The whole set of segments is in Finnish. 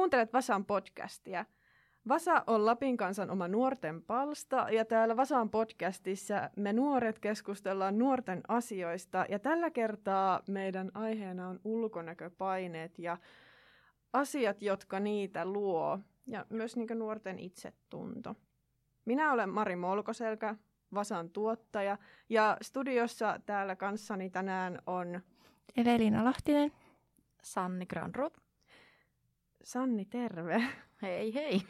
kuuntelet Vasan podcastia. Vasa on Lapin kansan oma nuorten palsta ja täällä Vasan podcastissa me nuoret keskustellaan nuorten asioista ja tällä kertaa meidän aiheena on ulkonäköpaineet ja asiat, jotka niitä luo ja myös niin nuorten itsetunto. Minä olen Mari Molkoselkä, Vasan tuottaja ja studiossa täällä kanssani tänään on Evelina Lahtinen. Sanni Granroth. Sanni, terve. Hei hei.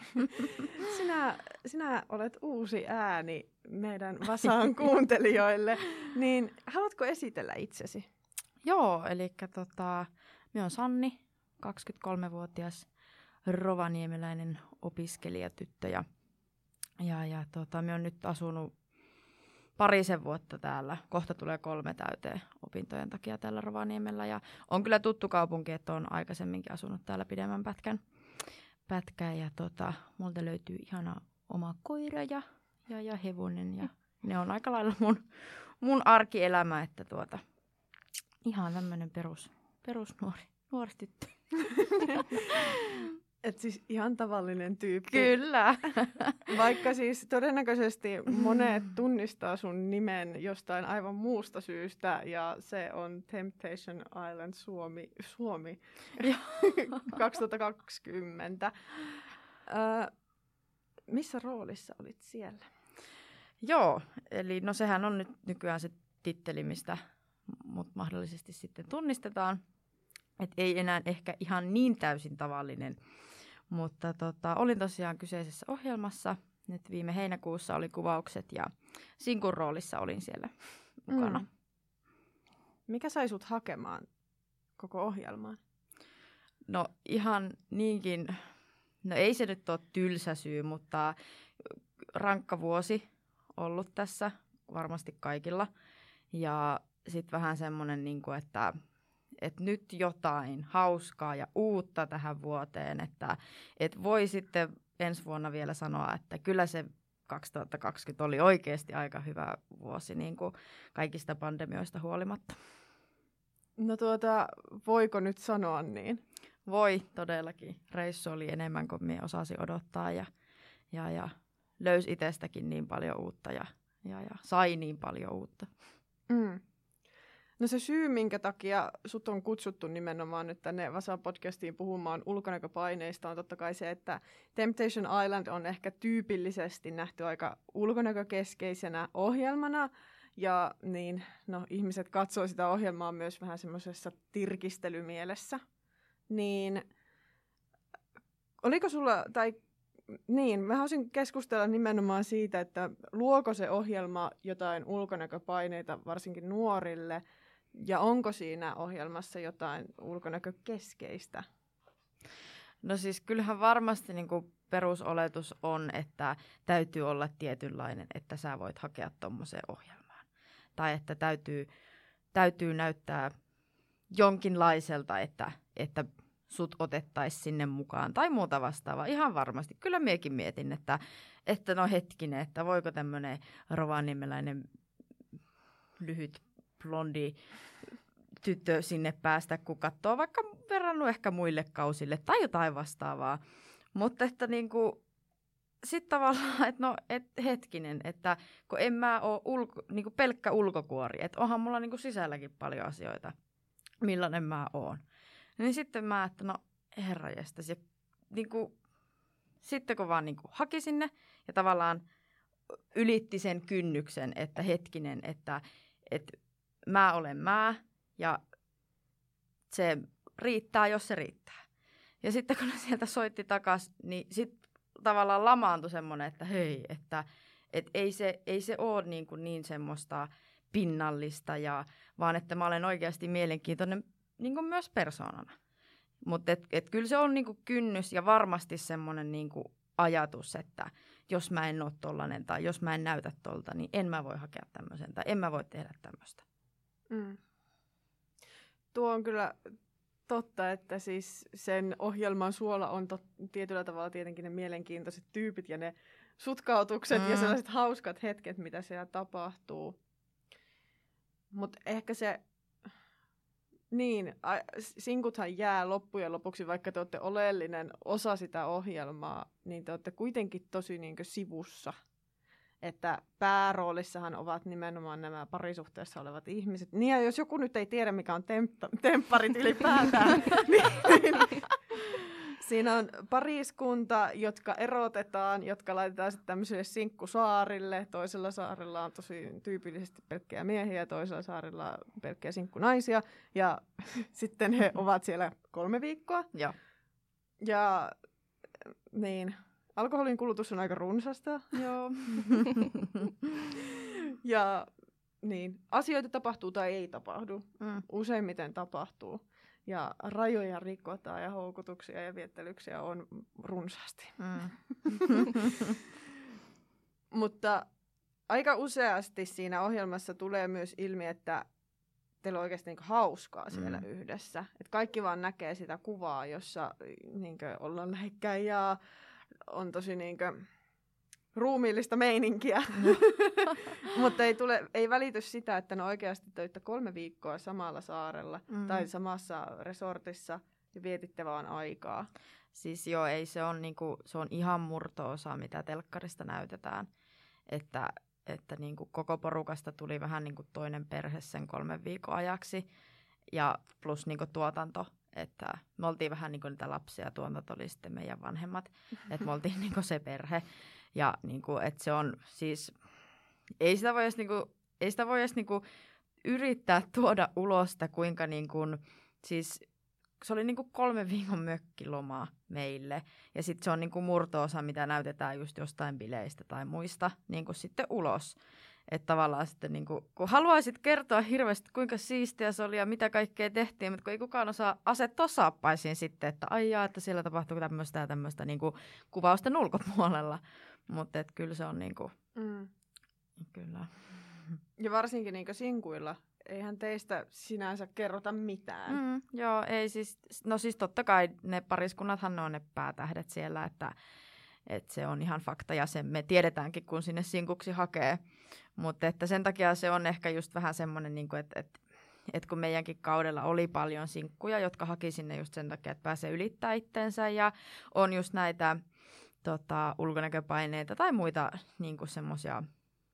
Sinä olet uusi ääni meidän Vasan kuuntelijoille, niin haluatko esitellä itsesi? Joo, eli minä olen Sanni, 23-vuotias rovaniemeläinen opiskelijatyttö ja minä olen nyt asunut parisen vuotta täällä. Kohta tulee 3 täyteen opintojen takia täällä Rovaniemellä ja on kyllä tuttu kaupunki, että olen aikaisemminkin asunut täällä pidemmän pätkän ja multa löytyy ihana oma koira ja hevonen ja ne on aika lailla mun arkielämä, että ihan tämmöinen perus nuori tyttö. Et siis ihan tavallinen tyyppi. Kyllä. Vaikka siis todennäköisesti monet tunnistaa sun nimen jostain aivan muusta syystä ja se on Temptation Island Suomi 2020. Missä roolissa olit siellä? Joo, eli no sehän on nyt nykyään se titteli, mistä mut mahdollisesti sitten tunnistetaan. Et ei enää ehkä ihan niin täysin tavallinen, mutta olin tosiaan kyseisessä ohjelmassa. Nyt viime heinäkuussa oli kuvaukset ja sinkun roolissa olin siellä mukana. Mikä sai sut hakemaan koko ohjelmaan? No ihan niinkin, no ei se nyt ole tylsä syy, mutta rankka vuosi ollut tässä varmasti kaikilla. Ja sitten vähän semmoinen, että nyt jotain hauskaa ja uutta tähän vuoteen, että voi sitten ensi vuonna vielä sanoa, että kyllä se 2020 oli oikeasti aika hyvä vuosi niin kuin kaikista pandemioista huolimatta. No voiko nyt sanoa niin? Voi todellakin. Reissu oli enemmän kuin minä osasin odottaa ja löysi itsestäkin niin paljon uutta ja sai niin paljon uutta. No se syy, minkä takia sut on kutsuttu nimenomaan nyt tänne Vasa-podcastiin puhumaan ulkonäköpaineista, on totta kai se, että Temptation Island on ehkä tyypillisesti nähty aika ulkonäkökeskeisenä ohjelmana. Ja niin, no, ihmiset katsoo sitä ohjelmaa myös vähän semmoisessa tirkistelymielessä. Niin, oliko sulla, mä haluaisin keskustella nimenomaan siitä, että luoko se ohjelma jotain ulkonäköpaineita varsinkin nuorille, ja onko siinä ohjelmassa jotain ulkonäkökeskeistä? No siis kyllähän varmasti niin kuin perusoletus on, että täytyy olla tietynlainen, että sä voit hakea tommoseen ohjelmaan. Tai että täytyy näyttää jonkinlaiselta, että sut otettaisiin sinne mukaan tai muuta vastaavaa. Ihan varmasti. Kyllä miekin mietin, että no hetkinen, että voiko tämmöinen rovaniemeläinen lyhyt blondi tyttö sinne päästä, kun katsoo vaikka verrannut ehkä muille kausille tai jotain vastaavaa. Mutta että niinku, sitten tavallaan, että hetkinen, että kun en mä ole niinku pelkkä ulkokuori, että onhan mulla niinku sisälläkin paljon asioita, millainen mä oon. Niin sitten mä, että no herranjestas, ja niinku, sitten kun vaan niinku haki sinne ja tavallaan ylitti sen kynnyksen, että hetkinen, että mä olen mä ja se riittää, jos se riittää. Ja sitten kun ne sieltä soitti takaisin, niin sitten tavallaan lamaantui semmoinen, että hei, että ei se ole niin semmoista pinnallista, vaan että mä olen oikeasti mielenkiintoinen niin kuin myös persoonana. Mutta kyllä se on niin kuin kynnys ja varmasti semmoinen niin kuin ajatus, että jos mä en ole tollainen tai jos mä en näytä tolta, niin en mä voi hakea tämmöisen tai en mä voi tehdä tämmöistä. Tuo on kyllä totta, että siis sen ohjelman suola on tietyllä tavalla tietenkin ne mielenkiintoiset tyypit ja ne sutkautukset ja sellaiset hauskat hetket, mitä siellä tapahtuu. Mutta ehkä se Niin, sinkuthan jää loppujen lopuksi, vaikka te olette oleellinen osa sitä ohjelmaa, niin te olette kuitenkin tosi niinkö sivussa. Että pääroolissahan ovat nimenomaan nämä parisuhteessa olevat ihmiset. Niin ja jos joku nyt ei tiedä, mikä on tempparit ylipäätään, niin siinä on pariskunta, jotka erotetaan, jotka laitetaan sitten tämmöisille sinkkusaarille. Toisella saarella on tosi tyypillisesti pelkkiä miehiä, toisella saarella pelkkiä sinkkunaisia. Ja sitten he ovat siellä 3 viikkoa. Ja niin, alkoholin kulutus on aika runsasta. Joo. Ja niin, asioita tapahtuu tai ei tapahdu. Useimmiten tapahtuu. Ja rajoja rikotaan ja houkutuksia ja viettelyksiä on runsaasti. Mutta aika useasti siinä ohjelmassa tulee myös ilmi, että teillä on oikeasti niinku hauskaa siellä yhdessä. Et kaikki vaan näkee sitä kuvaa, jossa niinku ollaan lähekkäin ja on tosi niinku ruumiillista meininkiä. Mutta ei välity sitä, että ne oikeasti töitte 3 viikkoa samalla saarella tai samassa resortissa ja vietitte vaan aikaa. Siis joo, ei se on niinku, se on ihan murto-osa, mitä telkkarista näytetään. Että niinku koko porukasta tuli vähän niinku toinen perhe sen 3 viikon ajaksi ja plus niinku tuotanto. Että me oltiin vähän niinku niitä lapsia, tuotanto oli sitten meidän vanhemmat, että me oltiin niinku se perhe. Ja niinku, että se on siis, ei sitä voi edes niinku yrittää tuoda ulos sitä, kuinka niinku, siis se oli niinku 3 viikon mökkiloma meille. Ja sitten se on niinku murto-osa, mitä näytetään just jostain bileistä tai muista niinku sitten ulos. Että tavallaan sitten niinku, kun haluaisit kertoa hirveästi, kuinka siistiä se oli ja mitä kaikkea tehtiin, mutta kun ei kukaan osaa asettua saappaisiin sitten, että aijaa, että siellä tapahtuu tämmöistä ja tämmöistä niinku kuvausten ulkopuolella. Mutta kyllä se on niinku, kyllä. Ja varsinkin niinku sinkuilla, eihän teistä sinänsä kerrota mitään. Joo, ei siis, no siis totta kai ne pariskunnathan ne on ne päätähdet siellä, että se on ihan fakta ja sen me tiedetäänkin, kun sinne sinkuksi hakee. Mutta että sen takia se on ehkä just vähän semmoinen, niinku, että kun meidänkin kaudella oli paljon sinkkuja, jotka haki sinne just sen takia, että pääsee ylittämään itsensä ja on just näitä ulkonäköpaineita tai muita niinku semmoisia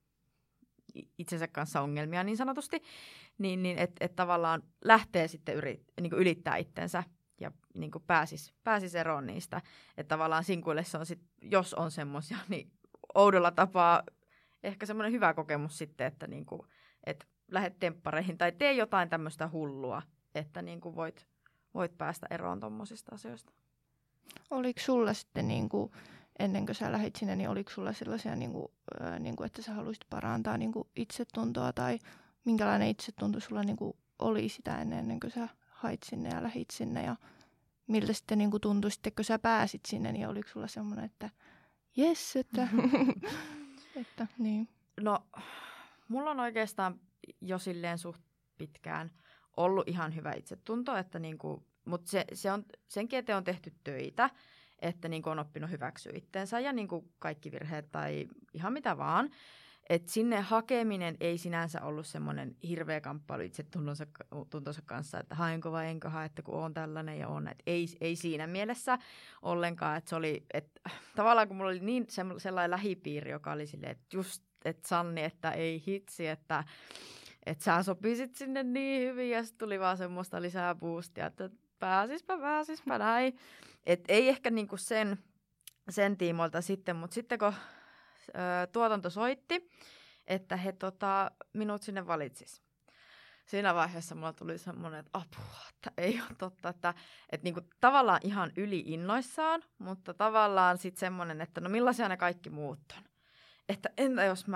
itsensä kanssa ongelmia niin sanotusti, niin että tavallaan lähtee sitten niinku ylittää itsensä ja niinku pääsis eroon niistä. Että tavallaan sinkuille se on sit, jos on semmoisia, niin oudolla tapaa ehkä semmoinen hyvä kokemus sitten, että niinku, et lähde temppareihin tai tee jotain tämmöistä hullua, että niinku voit päästä eroon tommosista asioista. Oliko sulla sitten niinku, ennen kuin sä lähdit sinne, niin oliko sulla sellaisia, niinku, että sä haluaisit parantaa niinku itsetuntoa tai minkälainen itsetunto sulla niinku oli sitä ennen kuin sä hait sinne ja lähit sinne ja miltä sitten niinku tuntui sitten, kun sä pääsit sinne, niin oliko sulla semmoinen, että jes, että, että niin. No, mulla on oikeastaan jo silleen suht pitkään ollut ihan hyvä itsetunto, että niinku, mutta se on, senkin eteen on tehty töitä, että niinku on oppinut hyväksyä itsensä ja niinku kaikki virheet tai ihan mitä vaan. Et sinne hakeminen ei sinänsä ollut semmoinen hirveä kamppailu itsetuntonsa kanssa, että haenko vai enkö hae, että kun on tällainen ja on. Et ei siinä mielessä ollenkaan, että se oli, että tavallaan kun mulla oli niin sellainen lähipiiri, joka oli silleen, että just, että Sanni, että ei hitsi, että sä sopisit sinne niin hyvin ja sitten tuli vaan semmoista lisää boostia, että pääsispä näin. Et ei ehkä niinku sen tiimoilta sitten, mutta sitten kun tuotanto soitti, että he minut sinne valitsis. Siinä vaiheessa mulla tuli semmoinen, että apua, että ei ole totta, että niinku tavallaan ihan yli innoissaan, mutta tavallaan sitten semmoinen, että no millaisia ne kaikki muut on. Että entä jos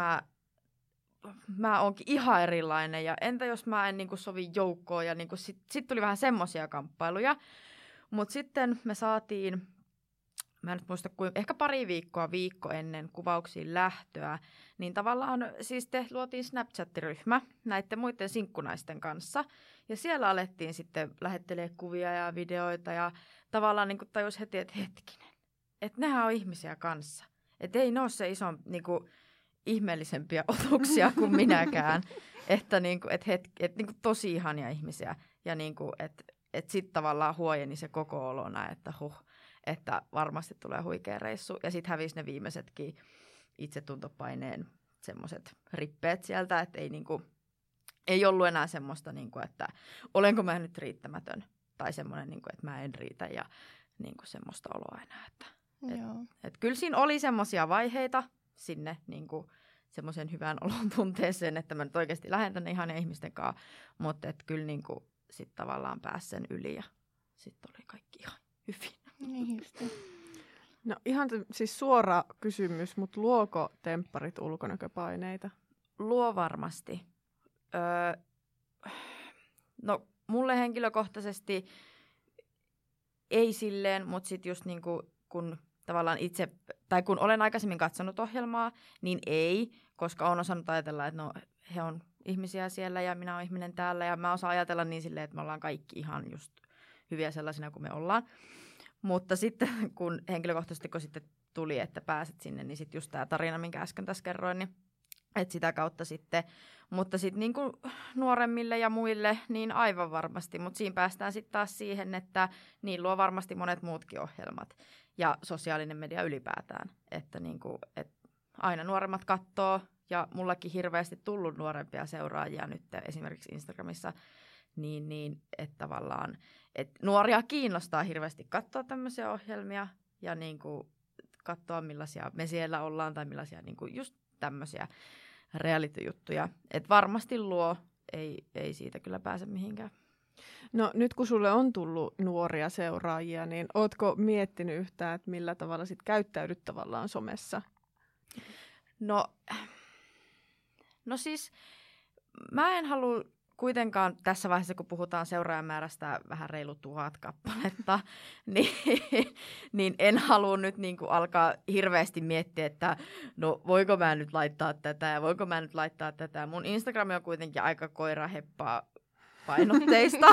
mä oonkin ihan erilainen ja entä jos mä en niinku sovi joukkoon ja niinku sit tuli vähän semmoisia kamppailuja. Mutta sitten me saatiin, mä en nyt muista, ehkä pari viikko ennen kuvauksiin lähtöä, niin tavallaan siis luotiin Snapchat-ryhmä näiden muiden sinkkunaisten kanssa. Ja siellä alettiin sitten lähettelemään kuvia ja videoita ja tavallaan niin tajus heti, että hetkinen, että nehän on ihmisiä kanssa. Että ei ne ole se ison niinku ihmeellisempiä otuksia kuin minäkään. Että niinku, et niinku tosi ihania ihmisiä. Ja niinku, että sitten tavallaan huojeni se koko olona, että varmasti tulee huikea reissu. Ja sitten hävisi ne viimeisetkin itsetuntopaineen semmoiset rippeet sieltä, että ei ollut enää semmoista, niinku, että olenko mä nyt riittämätön. Tai semmoinen, niinku, että mä en riitä ja niinku, semmoista oloa enää. Et kyllä siinä oli semmoisia vaiheita sinne niinku, semmoisen hyvän olon tunteeseen, että mä nyt oikeasti lähden tänne ihania ihmisten kanssa. Mutta kyllä niinku, sitten tavallaan pääsi sen yli ja sitten oli kaikki ihan hyvin. Niin just. No ihan siis suora kysymys, mutta luoko tempparit ulkonäköpaineita? Luo varmasti. No mulle henkilökohtaisesti ei silleen, mutta sitten just niinku, kun tavallaan itse, tai kun olen aikaisemmin katsonut ohjelmaa, niin ei, koska olen osannut ajatella, että no he on ihmisiä siellä ja minä olen ihminen täällä ja mä osaan ajatella niin silleen, että me ollaan kaikki ihan just hyviä sellaisina kuin me ollaan. Mutta sitten kun henkilökohtaisesti kun sitten tuli, että pääset sinne, niin sitten just tämä tarina, minkä äsken tässä kerroin, niin että sitä kautta sitten, mutta sitten niin kuin nuoremmille ja muille, niin aivan varmasti, mutta siinä päästään sitten taas siihen, että niin luo varmasti monet muutkin ohjelmat ja sosiaalinen media ylipäätään, että niin kuin, että aina nuoremmat katsoo ja mullakin hirveästi tullut nuorempia seuraajia nyt esimerkiksi Instagramissa, niin että tavallaan, että nuoria kiinnostaa hirveästi katsoa tämmöisiä ohjelmia ja niin kuin katsoa millaisia me siellä ollaan tai millaisia niin kuin just tämmöisiä reality-juttuja. Että varmasti luo, ei siitä kyllä pääse mihinkään. No nyt kun sulle on tullut nuoria seuraajia, niin ootko miettinyt yhtään, että millä tavalla sit käyttäydyt tavallaan somessa? No siis mä en halua kuitenkaan tässä vaiheessa, kun puhutaan seuraajamäärästä vähän reilu 1000 kappaletta, niin en halua nyt niin kuin alkaa hirveästi miettiä, että no voiko mä nyt laittaa tätä ja voiko mä nyt laittaa tätä. Mun Instagram on kuitenkin aika koiraheppaa painotteista,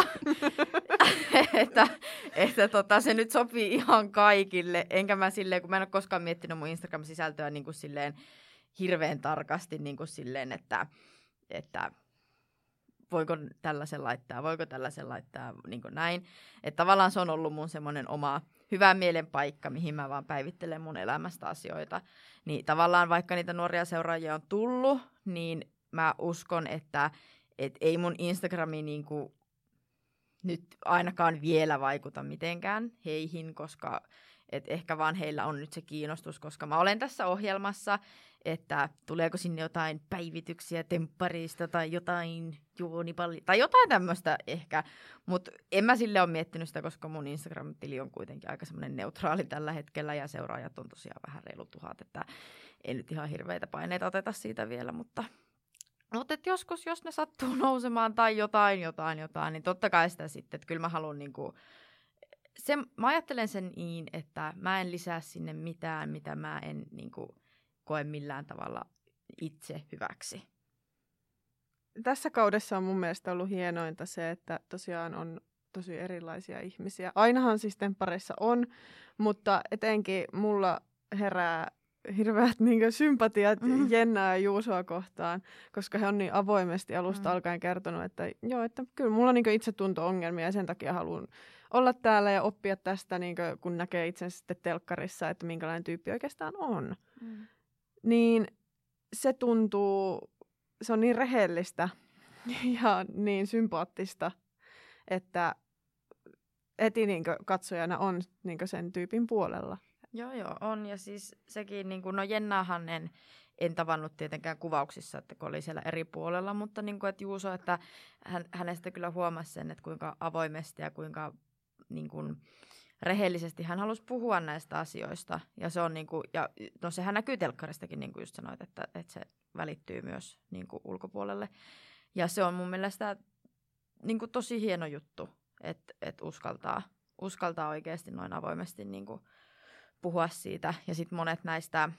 että se nyt sopii ihan kaikille. Enkä mä silleen, kun mä en ole koskaan miettinyt mun Instagram-sisältöä niin kuin silleen hirveän tarkasti niin kuin silleen, että voiko tällaisen laittaa, niin kuin näin. Että tavallaan se on ollut mun semmoinen oma hyvän mielen paikka, mihin mä vaan päivittelen mun elämästä asioita. Niin tavallaan vaikka niitä nuoria seuraajia on tullut, niin mä uskon, että ei mun Instagrami niin kuin nyt ainakaan vielä vaikuta mitenkään heihin, koska ehkä vaan heillä on nyt se kiinnostus, koska mä olen tässä ohjelmassa, että tuleeko sinne jotain päivityksiä tempparista tai jotain juonipalli tai jotain tämmöistä ehkä, mutta en mä sille ole miettinyt sitä, koska mun Instagram-tili on kuitenkin aika semmoinen neutraali tällä hetkellä ja seuraajat on tosiaan vähän reilu 1000, että ei nyt ihan hirveitä paineita oteta siitä vielä, mutta että joskus, jos ne sattuu nousemaan tai jotain, niin totta kai sitä sitten, että kyllä mä haluan niinku mä ajattelen sen niin, että mä en lisää sinne mitään, mitä mä en niinku koe millään tavalla itse hyväksi. Tässä kaudessa on mun mielestä ollut hienointa se, että tosiaan on tosi erilaisia ihmisiä. Ainahan siis temppareissa on, mutta etenkin mulla herää hirveät niin sympatiat Jennaa ja Juusoa kohtaan, koska he on niin avoimesti alusta alkaen kertonut, että joo, että kyllä mulla on niin itsetunto-ongelmia ja sen takia haluan olla täällä ja oppia tästä, niin kun näkee itsensä sitten telkkarissa, että minkälainen tyyppi oikeastaan on. Niin se tuntuu, se on niin rehellistä ja niin sympaattista, että heti niin katsojana on niin sen tyypin puolella. Joo, on. Ja siis sekin, niin kuin, no Jennaahan en tavannut tietenkään kuvauksissa, että kun oli siellä eri puolella, mutta niin kuin, että Juuso, että hänestä kyllä huomasi sen, että kuinka avoimesti ja kuinka niin kuin, rehellisesti hän halusi puhua näistä asioista. Ja se on niin kuin, ja no sehän näkyy telkkaristakin, niin kuin just sanoit, että se välittyy myös niin kuin ulkopuolelle. Ja se on mun mielestä niin kuin tosi hieno juttu, että uskaltaa oikeasti noin avoimesti niin kuin puhua siitä. Ja sitten monet näistä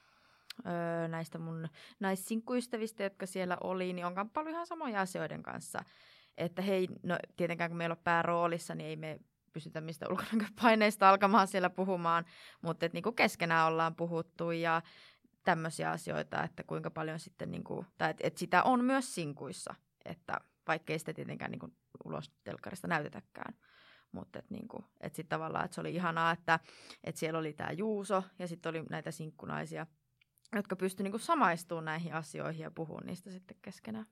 mun naissinkuystävistä, jotka siellä oli, niin on kamppailu ihan samoja asioiden kanssa. Että hei, no tietenkään kun meillä on pääroolissa, niin ei me pystytä mistä ulkonäköpaineista alkamaan siellä puhumaan, mutta niinku keskenään ollaan puhuttu ja tämmöisiä asioita, että kuinka paljon sitten, niinku, tai että sitä on myös sinkuissa, että vaikkei sitä tietenkään niinku ulos telkkarista näytetäkään. Mutta niinku, sitten tavallaan, että se oli ihanaa, että siellä oli tämä Juuso ja sitten oli näitä sinkkunaisia, jotka pystyivät niinku samaistumaan näihin asioihin ja puhumaan niistä sitten keskenään.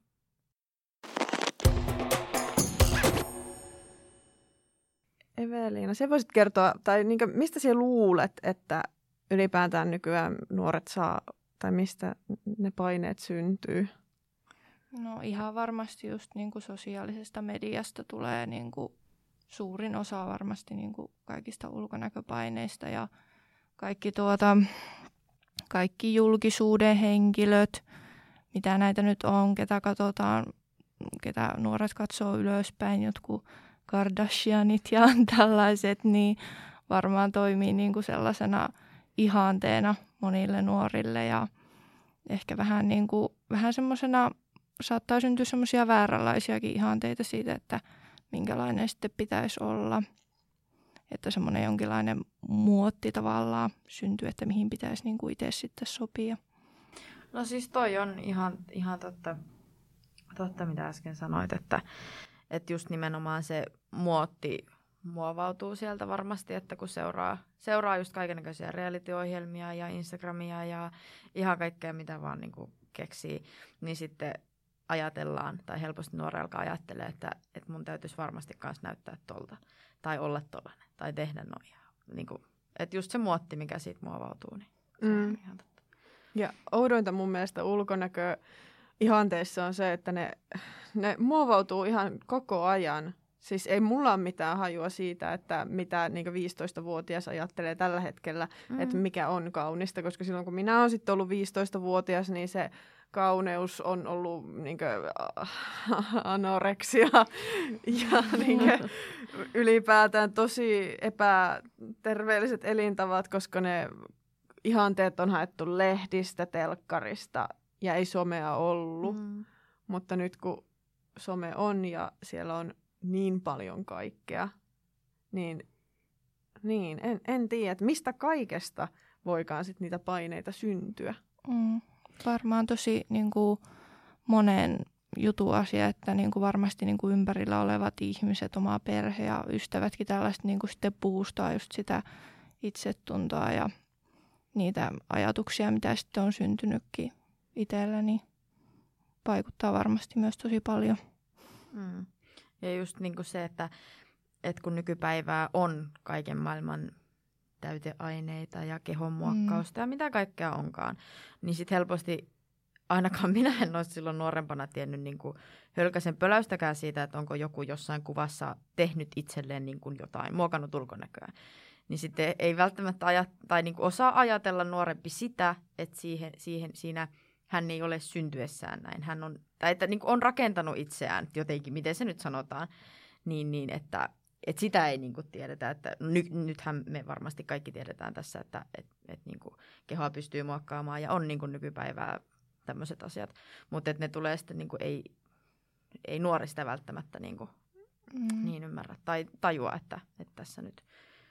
Eveliina, sä voisit kertoa, tai niin mistä sä luulet, että ylipäätään nykyään nuoret saa, tai mistä ne paineet syntyy? No ihan varmasti just niin kuin sosiaalisesta mediasta tulee niin kuin suurin osa varmasti niin kuin kaikista ulkonäköpaineista ja kaikki julkisuuden henkilöt, mitä näitä nyt on, ketä katsotaan, ketä nuoret katsoo ylöspäin, jotkut Kardashianit ja tällaiset, niin varmaan toimii niin kuin sellaisena ihanteena monille nuorille ja ehkä vähän semmoisena saattaa syntyä semmoisia vääränlaisiakin ihanteita siitä, että minkälainen sitten pitäisi olla. Että semmoinen jonkinlainen muotti tavallaan syntyy, että mihin pitäisi niin kuin itse sitten sopia. No siis toi on ihan totta, mitä äsken sanoit, että just nimenomaan se muotti muovautuu sieltä varmasti, että kun seuraa just kaikennäköisiä reality-ohjelmia ja Instagramia ja ihan kaikkea, mitä vaan niin kuin keksii, niin sitten ajatellaan, tai helposti nuori alkaa ajattelee, että mun täytyisi varmasti myös näyttää tolta, tai olla tollainen, tai tehdä noin. Niin kuin, että just se muotti, mikä siitä muovautuu, niin se on ihan totta. Ja oudointa mun mielestä ulkonäkö ihanteissa on se, että ne muovautuu ihan koko ajan. Siis ei mulla ole mitään hajua siitä, että mitä niin 15-vuotias ajattelee tällä hetkellä, että mikä on kaunista, koska silloin kun minä olen sitten ollut 15-vuotias, niin se kauneus on ollut anoreksia ja ylipäätään tosi epäterveelliset elintavat, koska ne ihanteet on haettu lehdistä, telkkarista ja ei somea ollut. Mutta nyt kun some on ja siellä on niin paljon kaikkea, niin en tiedä, että mistä kaikesta voikaan sit niitä paineita syntyä. Varmaan tosi niin kuin monen jutun asia, että niin kuin varmasti niin kuin ympärillä olevat ihmiset, oma perhe ja ystävätkin tällaista niin kuin sitten boostaa just sitä itsetuntoa ja niitä ajatuksia, mitä sitten on syntynytkin itsellä, niin vaikuttaa varmasti myös tosi paljon. Ja just niin kuin se, että kun nykypäivää on kaiken maailman täyteaineita ja kehonmuokkausta ja mitä kaikkea onkaan, niin sitten helposti, ainakaan minä en ole silloin nuorempana tiennyt niin kuin hölkäsen pöläystäkään siitä, että onko joku jossain kuvassa tehnyt itselleen niin kuin jotain, muokannut ulkonäköä. Niin sitten ei välttämättä niin kuin osaa ajatella nuorempi sitä, että siinä hän ei ole syntyessään näin. Hän on, tai että niin kuin on rakentanut itseään jotenkin, miten se nyt sanotaan, niin että sitä ei niin kuin tiedetä. Että nythän me varmasti kaikki tiedetään tässä, että niin kuin kehoa pystyy muokkaamaan ja on niin kuin nykypäivää tämmöiset asiat. Mutta ne tulee sitten, niin kuin ei nuori sitä välttämättä niin kuin niin ymmärrä tai tajua, että tässä nyt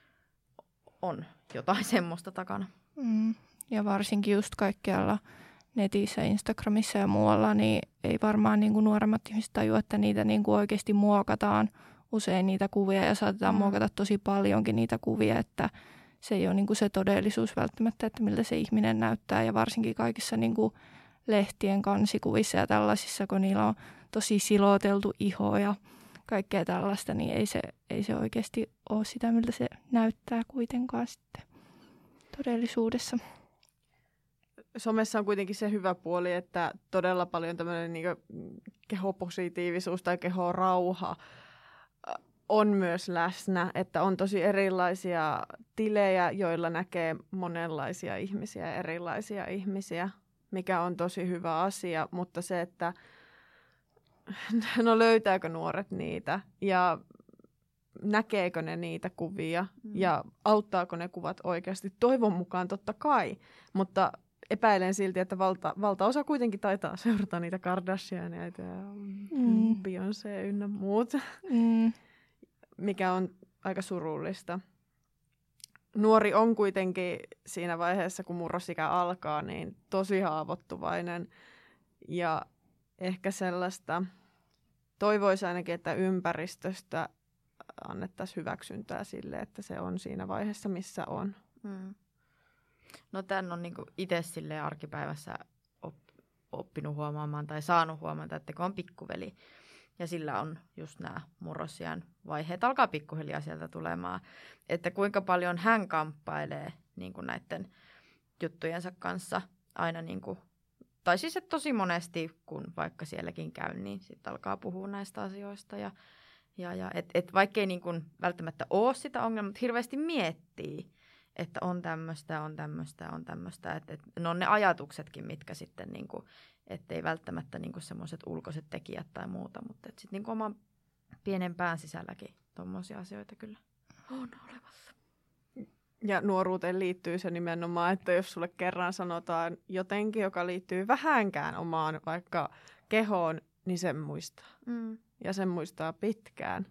on jotain semmoista takana. Ja varsinkin just kaikkialla netissä, Instagramissa ja muualla, niin ei varmaan niin kuin nuoremmat ihmiset tajua, että niitä niin kuin oikeasti muokataan usein niitä kuvia ja saatetaan muokata tosi paljonkin niitä kuvia, että se ei ole niin kuin se todellisuus välttämättä, että miltä se ihminen näyttää. Ja varsinkin kaikissa niin kuin lehtien kansikuvissa ja tällaisissa, kun niillä on tosi siloteltu iho ja kaikkea tällaista, niin ei se oikeasti ole sitä, miltä se näyttää kuitenkaan sitten todellisuudessa. Somessa on kuitenkin se hyvä puoli, että todella paljon tämmöinen niin kehopositiivisuus tai kehorauha on myös läsnä, että on tosi erilaisia tilejä, joilla näkee monenlaisia ihmisiä ja erilaisia ihmisiä, mikä on tosi hyvä asia, mutta se, että no löytääkö nuoret niitä ja näkeekö ne niitä kuvia ja auttaako ne kuvat oikeasti? Toivon mukaan totta kai, mutta epäilen silti, että valtaosa kuitenkin taitaa seurata niitä Kardashianeita ja Beyoncé ynnä muut, mikä on aika surullista. Nuori on kuitenkin siinä vaiheessa, kun murrosikä alkaa, niin tosi haavoittuvainen ja ehkä sellaista toivoisi ainakin, että ympäristöstä annettaisiin hyväksyntää sille, että se on siinä vaiheessa, missä on. No tämän on niinku itse silleen arkipäivässä oppinut huomaamaan tai saanut huomata, että kun on pikkuveli ja sillä on just nämä murrosiän vaiheet, alkaa pikkuhiljaa sieltä tulemaan, että kuinka paljon hän kamppailee niinku näiden juttujensa kanssa aina niinku, tai siis että tosi monesti, kun vaikka sielläkin käy, niin sitten alkaa puhua näistä asioista ja et vaikkei niin kuin välttämättä ole sitä ongelmaa, mutta hirveästi miettii, että on tämmöistä. Että ne on ne ajatuksetkin, mitkä sitten, niin kuin, ettei välttämättä niin kuin semmoiset ulkoiset tekijät tai muuta, mutta sitten niin kuin oman pienen pään sisälläkin tommosia asioita kyllä on olemassa. Ja nuoruuteen liittyy se nimenomaan, että jos sulle kerran sanotaan jotenkin, joka liittyy vähänkään omaan vaikka kehoon, niin sen muistaa. Ja sen muistaa pitkään.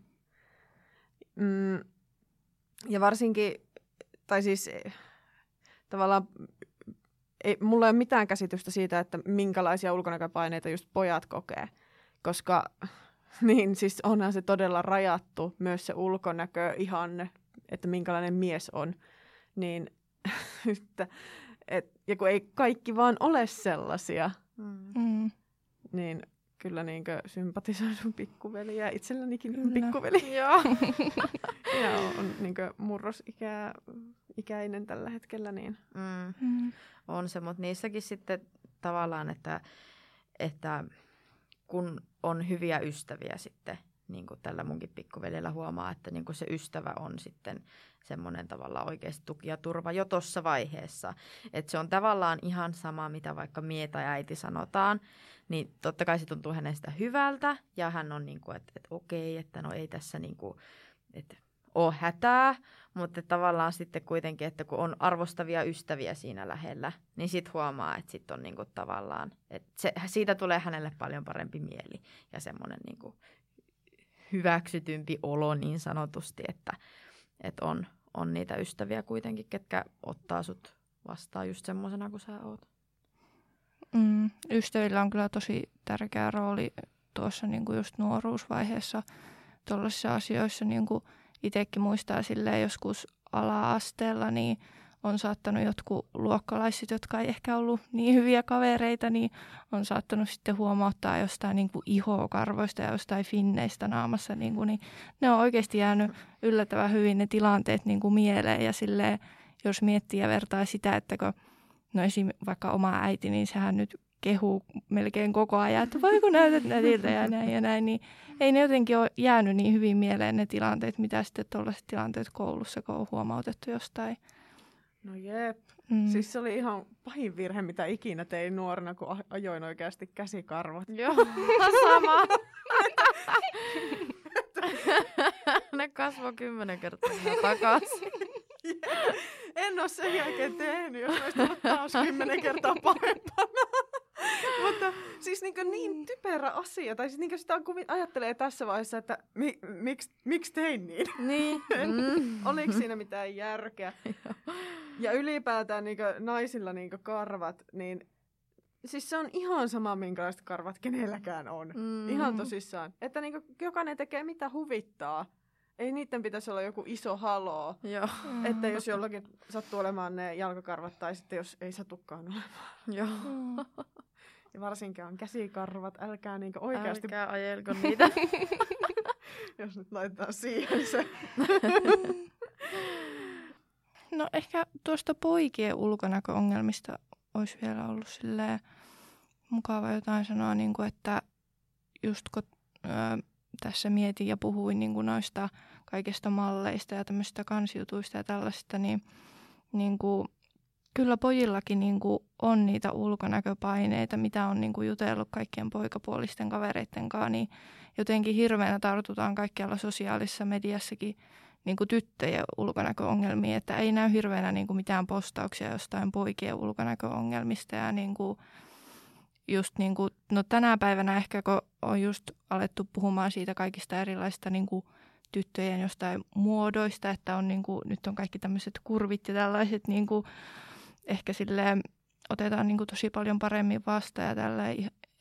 Ja varsinkin, tai siis tavallaan mulla ei ole mitään käsitystä siitä, että minkälaisia ulkonäköpaineita just pojat kokee. Koska niin siis onhan se todella rajattu myös se ulkonäkö ihanne, että minkälainen mies on. Niin, ja kun ei kaikki vaan ole sellaisia, niin kyllä niinkö sympatisoin sun pikkuveliä. Itsellänikin on pikkuveli. Joo. Ja on niinkö murrosikäinen tällä hetkellä. Niin. On se, mutta niissäkin sitten tavallaan, että kun on hyviä ystäviä sitten, niin kuin tällä munkin pikkuveljellä huomaa, että niin kuin se ystävä on sitten semmoinen tavallaan oikeasti tuki ja turva jo tuossa vaiheessa. Että se on tavallaan ihan sama, mitä vaikka mie tai äiti sanotaan, niin totta kai se tuntuu hänestä hyvältä ja hän on niin kuin, että okei, että no ei tässä niin kuin, että ole hätää, mutta tavallaan sitten kuitenkin, että kun on arvostavia ystäviä siinä lähellä, niin sitten huomaa, että sitten on niin kuin tavallaan, että siitä tulee hänelle paljon parempi mieli ja semmoinen niin kuin hyväksytympi olo niin sanotusti, että on niitä ystäviä kuitenkin, ketkä ottaa sut vastaan just semmoisena kuin sä oot. Ystävillä on kyllä tosi tärkeä rooli tuossa niin kuin just nuoruusvaiheessa tuollaisissa asioissa. Niin kuin itsekin muistaa silleen joskus ala-asteella, niin on saattanut jotkut luokkalaiset, jotka ei ehkä ollut niin hyviä kavereita, niin on saattanut sitten huomauttaa jostain niin kuin ihokarvoista ja jostain finneistä naamassa. Niin ne on oikeasti jäänyt yllättävän hyvin ne tilanteet niin kuin mieleen. Ja silleen, jos miettii ja vertaa sitä, että kun no esim. Vaikka oma äiti, niin sehän nyt kehuu melkein koko ajan, että voiko näytät nätiltä ja näin, niin ei ne jotenkin ole jäänyt niin hyvin mieleen ne tilanteet, mitä sitten tuollaiset tilanteet koulussa, kun on huomautettu jostain. No jep. Siis se oli ihan pahin virhe, mitä ikinä tein nuorena, kun ajoin oikeasti käsikarvat. Joo, sama. Ne kasvoi 10 kertaa takaisin. En ole sen jälkeen tehnyt, jos olisi ollut taas 10 kertaa parempana. Mutta siis niin typerä asia. Tai siis sitä ajattelee tässä vaiheessa, että miksi tein niin? Niin. Oliko siinä mitään järkeä? Ja ylipäätään naisilla karvat, niin siis se on ihan sama, minkälaiset karvat kenelläkään on. Ihan tosissaan. Että jokainen tekee mitä huvittaa. Ei niiden pitäisi olla joku iso haloo. Joo. Että jos jollakin sattuu olemaan ne jalkakarvat tai sitten jos ei satukaan olemaan. Joo. Ja varsinkin on käsikarvat. Älkää oikeasti... Älkää ajelko niitä. Jos nyt laitetaan siihen se. No ehkä tuosta poikien ulkonäköongelmista olisi vielä ollut silleen mukava jotain sanoa, niin kuin, että just kun tässä mietin ja puhuin niin kuin noista kaikista malleista ja tämmöisistä kansiutuista ja tällaista, niin kuin, kyllä pojillakin niin kuin on niitä ulkonäköpaineita, mitä on niin kuin jutellut kaikkien poikapuolisten kavereitten kanssa, niin jotenkin hirveänä tartutaan kaikkialla sosiaalisessa mediassakin niin kuin tyttöjen ulkonäköongelmiin, että ei näy hirveänä niin kuin mitään postauksia jostain poikien ulkonäköongelmista ja niin kuin just niin kuin, no tänä päivänä ehkä kun on just alettu puhumaan siitä kaikista erilaisista niin kuin tyttöjen jostain muodoista, että on niin kuin, nyt on kaikki tämmöiset kurvit ja tällaiset niin kuin, ehkä silleen otetaan niin kuin tosi paljon paremmin vastaan ja tälleen,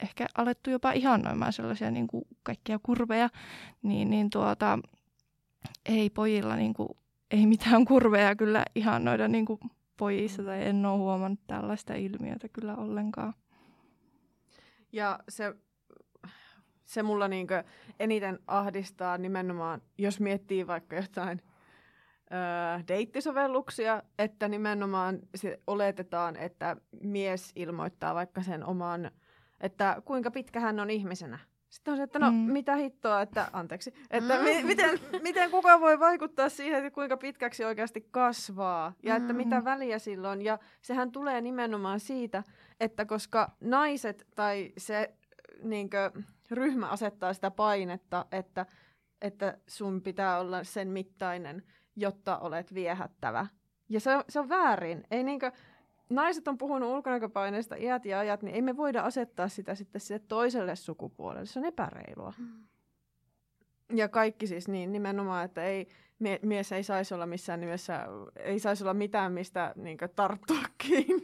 ehkä alettu jopa ihannoimaan sellaisia niin kuin kaikkia kurveja, niin ei pojilla niin kuin, ei mitään kurveja kyllä ihannoida niin kuin pojissa, tai en ole huomannut tällaista ilmiötä kyllä ollenkaan. Ja se mulla niinkö eniten ahdistaa nimenomaan, jos miettii vaikka jotain deittisovelluksia, että nimenomaan oletetaan, että mies ilmoittaa vaikka sen oman, että kuinka pitkä hän on ihmisenä. Sitten on se, että no mitä hittoa, että anteeksi, että miten kukaan voi vaikuttaa siihen, että kuinka pitkäksi oikeasti kasvaa ja että mitä väliä silloin. Ja sehän tulee nimenomaan siitä, että koska naiset tai se niinkö, ryhmä asettaa sitä painetta, että sun pitää olla sen mittainen, jotta olet viehättävä. Ja se on väärin. Ei niinkö, naiset on puhunut ulkonäköpaineista iät ja ajat, niin ei me voida asettaa sitä sitten sille toiselle sukupuolelle. Se on epäreilua. Ja kaikki siis niin nimenomaan, että mies ei saisi olla missään nimessä, ei saisi olla mitään, mistä niinkö tarttua kiinni.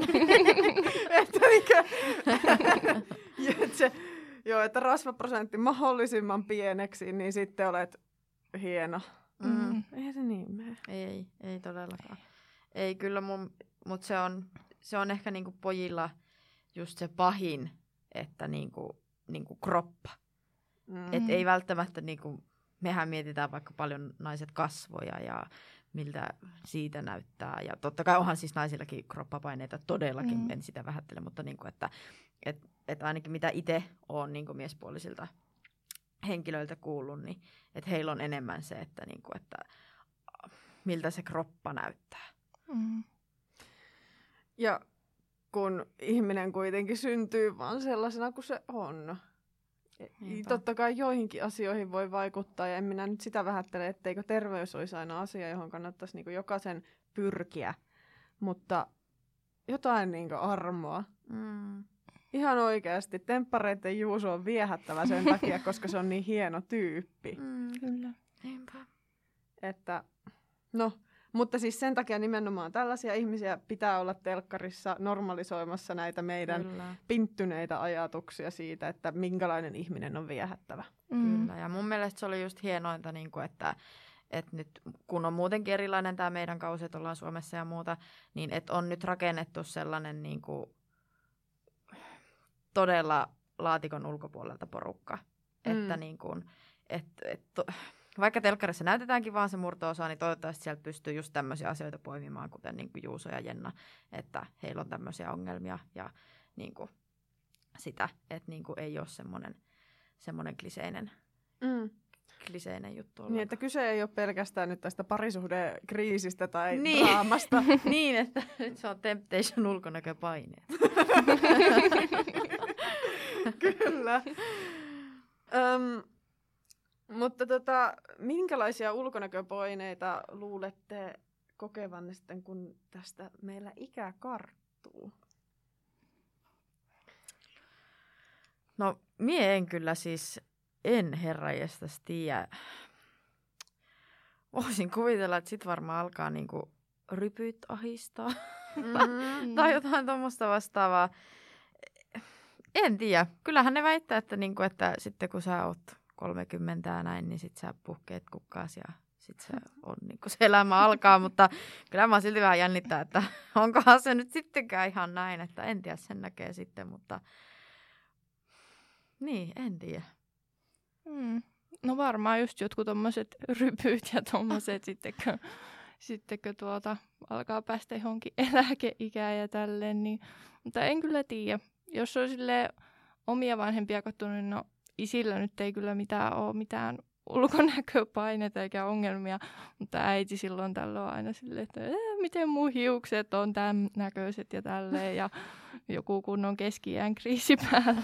että rasvaprosentti mahdollisimman pieneksi, niin sitten olet hieno. Eihän se niin mene. Ei todellakaan. Ei kyllä mutta se on ehkä niinku pojilla just se pahin, että niinku kroppa. Et ei välttämättä niinku, mehän mietitään vaikka paljon naiset kasvoja ja miltä siitä näyttää. Ja totta kai onhan siis naisillakin kroppapaineita todellakin, en sitä vähättele, mutta niinku, että ainakin mitä itse olen niinku miespuolisilta henkilöiltä kuullut, niin että heillä on enemmän se, että miltä se kroppa näyttää. Ja kun ihminen kuitenkin syntyy vaan sellaisena kuin se on. Totta kai joihinkin asioihin voi vaikuttaa, ja en minä nyt sitä vähättele, etteikö terveys olisi aina asia, johon kannattaisi niin kuin jokaisen pyrkiä. Mutta jotain niin kuin armoa. Ihan oikeasti. Temppareiden Juuso on viehättävä sen takia, koska se on niin hieno tyyppi. Kyllä. Että, no, mutta siis sen takia nimenomaan tällaisia ihmisiä pitää olla telkkarissa normalisoimassa näitä meidän pinttyneitä ajatuksia siitä, että minkälainen ihminen on viehättävä. Kyllä, ja mun mielestä se oli just hienointa, että nyt kun on muutenkin erilainen tämä meidän kausi, että ollaan Suomessa ja muuta, niin että on nyt rakennettu sellainen niin kuin todella laatikon ulkopuolelta porukka. Että niin kuin, vaikka telkkarissa näytetäänkin vaan se murto-osa, niin toivottavasti sieltä pystyy just tämmöisiä asioita poimimaan, kuten niin kuin Juuso ja Jenna, että heillä on tämmöisiä ongelmia ja niin kuin sitä, että niin kuin ei ole semmoinen kliseinen juttu ollenkaan. Niin, että kyse ei ole pelkästään nyt tästä parisuhdekriisistä tai draamasta. Niin, että nyt se on Temptation ulkonäköpaineet. Kyllä. Mutta minkälaisia ulkonäköpaineita luulette kokevanne sitten, kun tästä meillä ikä karttuu? No, mie en kyllä siis, en herranjestas tiedä. Voisin kuvitella, että sit varmaan alkaa niinku rypyt ahistaa tai jotain tuommoista vastaavaa. En tiedä. Kyllähän ne väittää, että sitten kun sä oot 30 ja näin, niin sit sä puhkeet kukkaas ja sit se on se elämä alkaa. Mutta kyllä mä silti vähän jännittää, että onkohan se nyt sittenkään ihan näin, että en tiedä, sen näkee sitten, mutta niin, en tiedä. No varmaan just jotkut tommoset rypyt ja tommoset sittenkö alkaa päästä johonkin eläkeikään ja tälleen, niin, mutta en kyllä tiedä. Jos on silleen omia vanhempia katsonut, niin no isillä nyt ei kyllä mitään ulkonäköpaineita eikä ongelmia, mutta äiti silloin tällöin aina silleen, että miten mun hiukset on tämän näköiset ja tälleen ja joku kunnon keski-iän kriisi päällä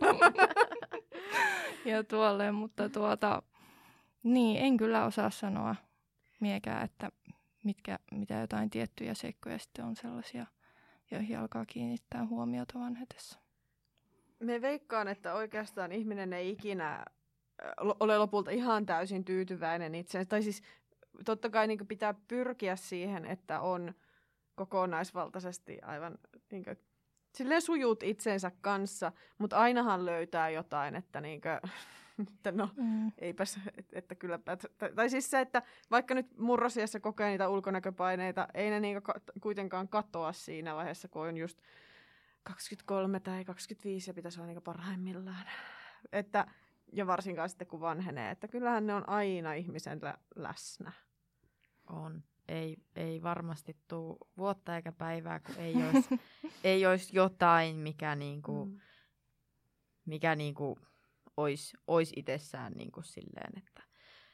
ja tuolleen, mutta niin en kyllä osaa sanoa miekään, että mitä jotain tiettyjä seikkoja sitten on sellaisia, joihin alkaa kiinnittää huomiota vanhetessa. Me veikkaan, että oikeastaan ihminen ei ikinä ole lopulta ihan täysin tyytyväinen itseensä. Tai siis totta kai niin pitää pyrkiä siihen, että on kokonaisvaltaisesti aivan niin silleen sujuut itsensä kanssa, mutta ainahan löytää jotain, että niinkö, että no, eipäs, että kylläpä, tai siis se, että vaikka nyt murrosiässä kokee niitä ulkonäköpaineita, ei ne niinkö kuitenkaan katoa siinä vaiheessa, kun on just 23 tai 25 ja pitäisi olla niinkö parhaimmillaan. Että, ja varsinkaan sitten kun vanhenee, että kyllähän ne on aina ihmisen läsnä. On. Ei varmasti tule vuotta eikä päivää, kun ei olisi jotain, mikä olisi itsessään silleen, että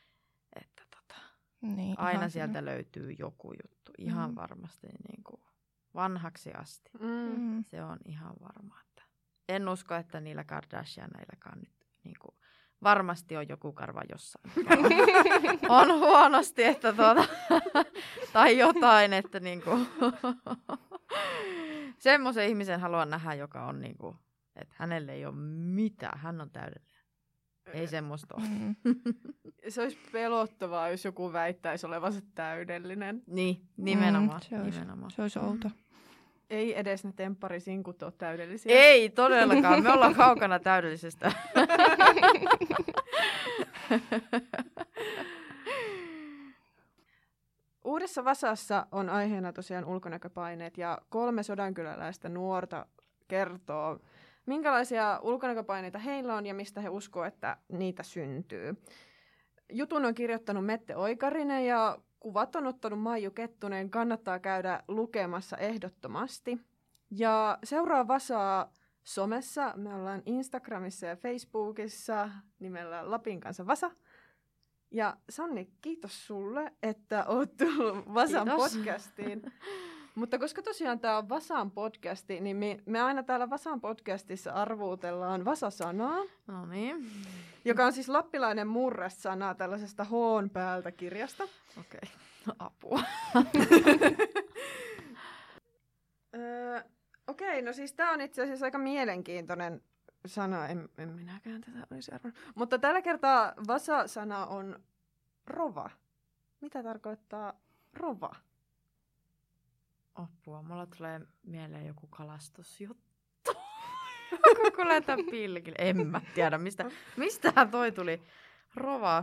niin, aina sieltä löytyy joku juttu. Ihan varmasti vanhaksi asti. Se on ihan varma. Että en usko, että niillä Kardashianeillakaan nyt varmasti on joku karva jossain. On huonosti, että tai jotain, että semmoisen ihmisen haluan nähdä, joka on että hänelle ei ole mitään, hän on täydellinen. Ei semmoista ole. Se olisi pelottavaa, jos joku väittäisi olevansa täydellinen. Niin, nimenomaan. Se olisi outo. Ei edes ne tempparisinkut ole täydellisiä. Ei todellakaan, me ollaan kaukana täydellisestä. Uudessa Vasassa on aiheena tosiaan ulkonäköpaineet ja 3 sodankyläläistä nuorta kertoo, minkälaisia ulkonäköpaineita heillä on ja mistä he uskoo, että niitä syntyy. Jutun on kirjoittanut Mette Oikarinen ja kuvat on ottanut Maiju Kettunen. Kannattaa käydä lukemassa ehdottomasti. Ja seuraa Vasaa somessa. Me ollaan Instagramissa ja Facebookissa nimellä Lapin kanssa Vasa. Ja Sanni, kiitos sulle, että oot tullut Vasan podcastiin. Mutta koska tosiaan tämä on Vasan podcasti, niin me aina täällä Vasan podcastissa arvuutellaan Vasa-sanaa. No niin. Joka on siis lappilainen murresana tällaisesta H:n päältä kirjasta. Okei, no apua. Okei, no siis tämä on itse asiassa aika mielenkiintoinen sana. En minäkään tätä olisi arvannut. Mutta tällä kertaa Vasa-sana on rova. Mitä tarkoittaa rova? Apua, mulla tulee mieleen joku kalastusjuttu. Koko lähtää pilkille. En mä tiedä, mistähän toi tuli. Rova.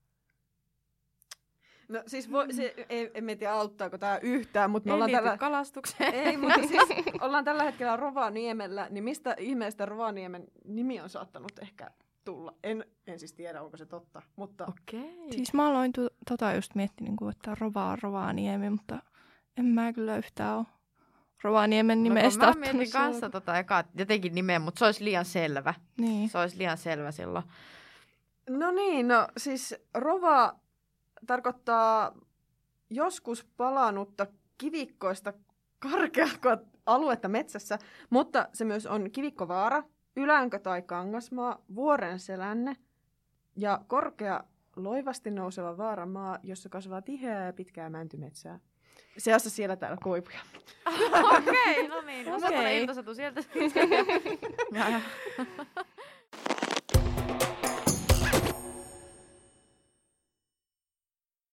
No siis en tiedä auttaako tämä yhtään, mutta me ollaan tällä kalastukseen. Ei, mutta siis ollaan tällä hetkellä Rovaniemellä, niin mistä ihmeestä Rovaniemen nimi on saattanut ehkä tulla? En siis tiedä, onko se totta, mutta okei. Siis mä aloin just miettiä, että Rovaniemi, mutta en mä kyllä yhtään ole Rovaniemen nimestä ottanut. Mä mietin kanssa jotenkin nimeä, mutta se olisi liian selvä. Niin. Se olisi liian selvä silloin. No niin, no siis rova tarkoittaa joskus palannutta kivikkoista karkeahkoa aluetta metsässä, mutta se myös on kivikkovaara, ylänkö tai kangasmaa, vuoren selänne ja korkea loivasti nouseva vaaramaa, jossa kasvaa tiheää ja pitkää mäntymetsää. Seassa siellä täällä koivuja. Okei, no niin. Musta tulee iltasatu sieltä.